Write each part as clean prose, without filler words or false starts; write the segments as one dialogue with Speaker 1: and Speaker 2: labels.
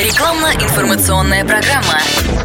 Speaker 1: Рекламно-информационная программа.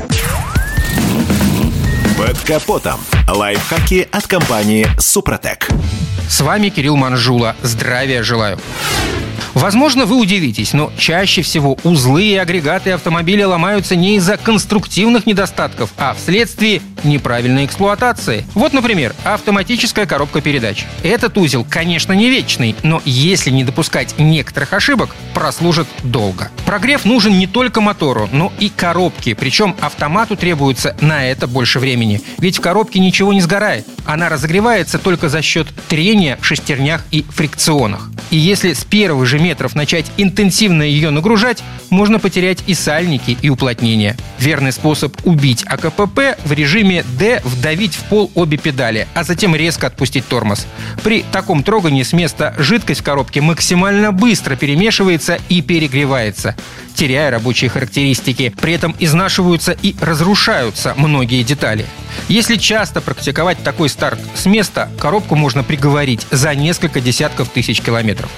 Speaker 2: Под капотом. Лайфхаки от компании «Супротек».
Speaker 3: С вами Кирилл Манжула. Здравия желаю. Возможно, вы удивитесь, но чаще всего узлы и агрегаты автомобиля ломаются не из-за конструктивных недостатков, а вследствие неправильной эксплуатации. Вот, например, автоматическая коробка передач. Этот узел, конечно, не вечный, но если не допускать некоторых ошибок, прослужит долго. Прогрев нужен не только мотору, но и коробке, причем автомату требуется на это больше времени. Ведь в коробке ничего не сгорает. Она разогревается только за счет трения в шестернях и фрикционах. И если с первых же метров начать интенсивно ее нагружать, можно потерять и сальники, и уплотнения. Верный способ убить АКПП в режиме D вдавить в пол обе педали, а затем резко отпустить тормоз. При таком трогании с места жидкость в коробке максимально быстро перемешивается и перегревается, теряя рабочие характеристики. При этом изнашиваются и разрушаются многие детали. Если часто практиковать такой старт с места, коробку можно приговорить за несколько десятков тысяч километров.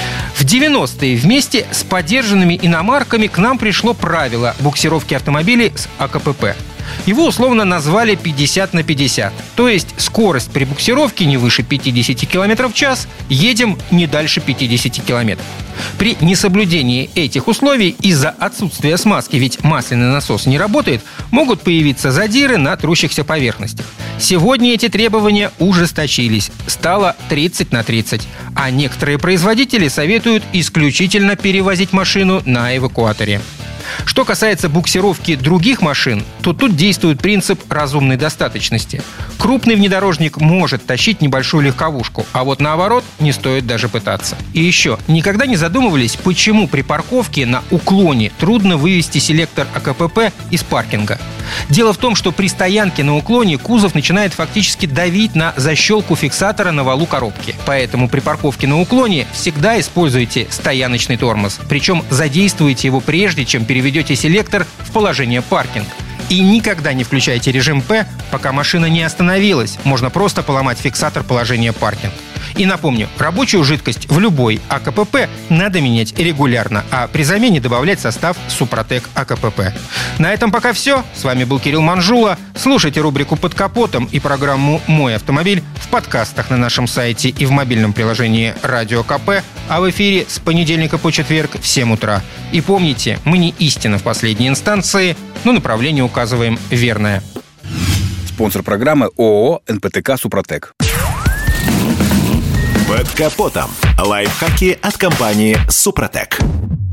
Speaker 3: В 90-е вместе с подержанными иномарками к нам пришло правило буксировки автомобилей с АКПП. Его условно назвали 50/50. То есть скорость при буксировке не выше 50 км в час, едем не дальше 50 км. При несоблюдении этих условий из-за отсутствия смазки, ведь масляный насос не работает, могут появиться задиры на трущихся поверхностях. Сегодня эти требования ужесточились. Стало 30/30. А некоторые производители советуют исключительно перевозить машину на эвакуаторе. Что касается буксировки других машин, то тут действует принцип разумной достаточности. Крупный внедорожник может тащить небольшую легковушку, а вот наоборот не стоит даже пытаться. И еще, никогда не задумывались, почему при парковке на уклоне трудно вывести селектор АКПП из паркинга? Дело в том, что при стоянке на уклоне кузов начинает фактически давить на защелку фиксатора на валу коробки. Поэтому при парковке на уклоне всегда используйте стояночный тормоз. Причем задействуйте его прежде, чем переведете селектор в положение паркинг. И никогда не включайте режим П, пока машина не остановилась. Можно просто поломать фиксатор положения паркинг. И напомню, рабочую жидкость в любой АКПП надо менять регулярно, а при замене добавлять состав Супротек АКПП. На этом пока все. С вами был Кирилл Манжула. Слушайте рубрику «Под капотом» и программу «Мой автомобиль» в подкастах на нашем сайте и в мобильном приложении «Радио КП», а в эфире с понедельника по четверг в 7 утра. И помните, мы не истина в последней инстанции, но направление указываем верное.
Speaker 4: Спонсор программы ООО «НПТК Супротек».
Speaker 2: Под капотом. Лайфхаки от компании «Супротек».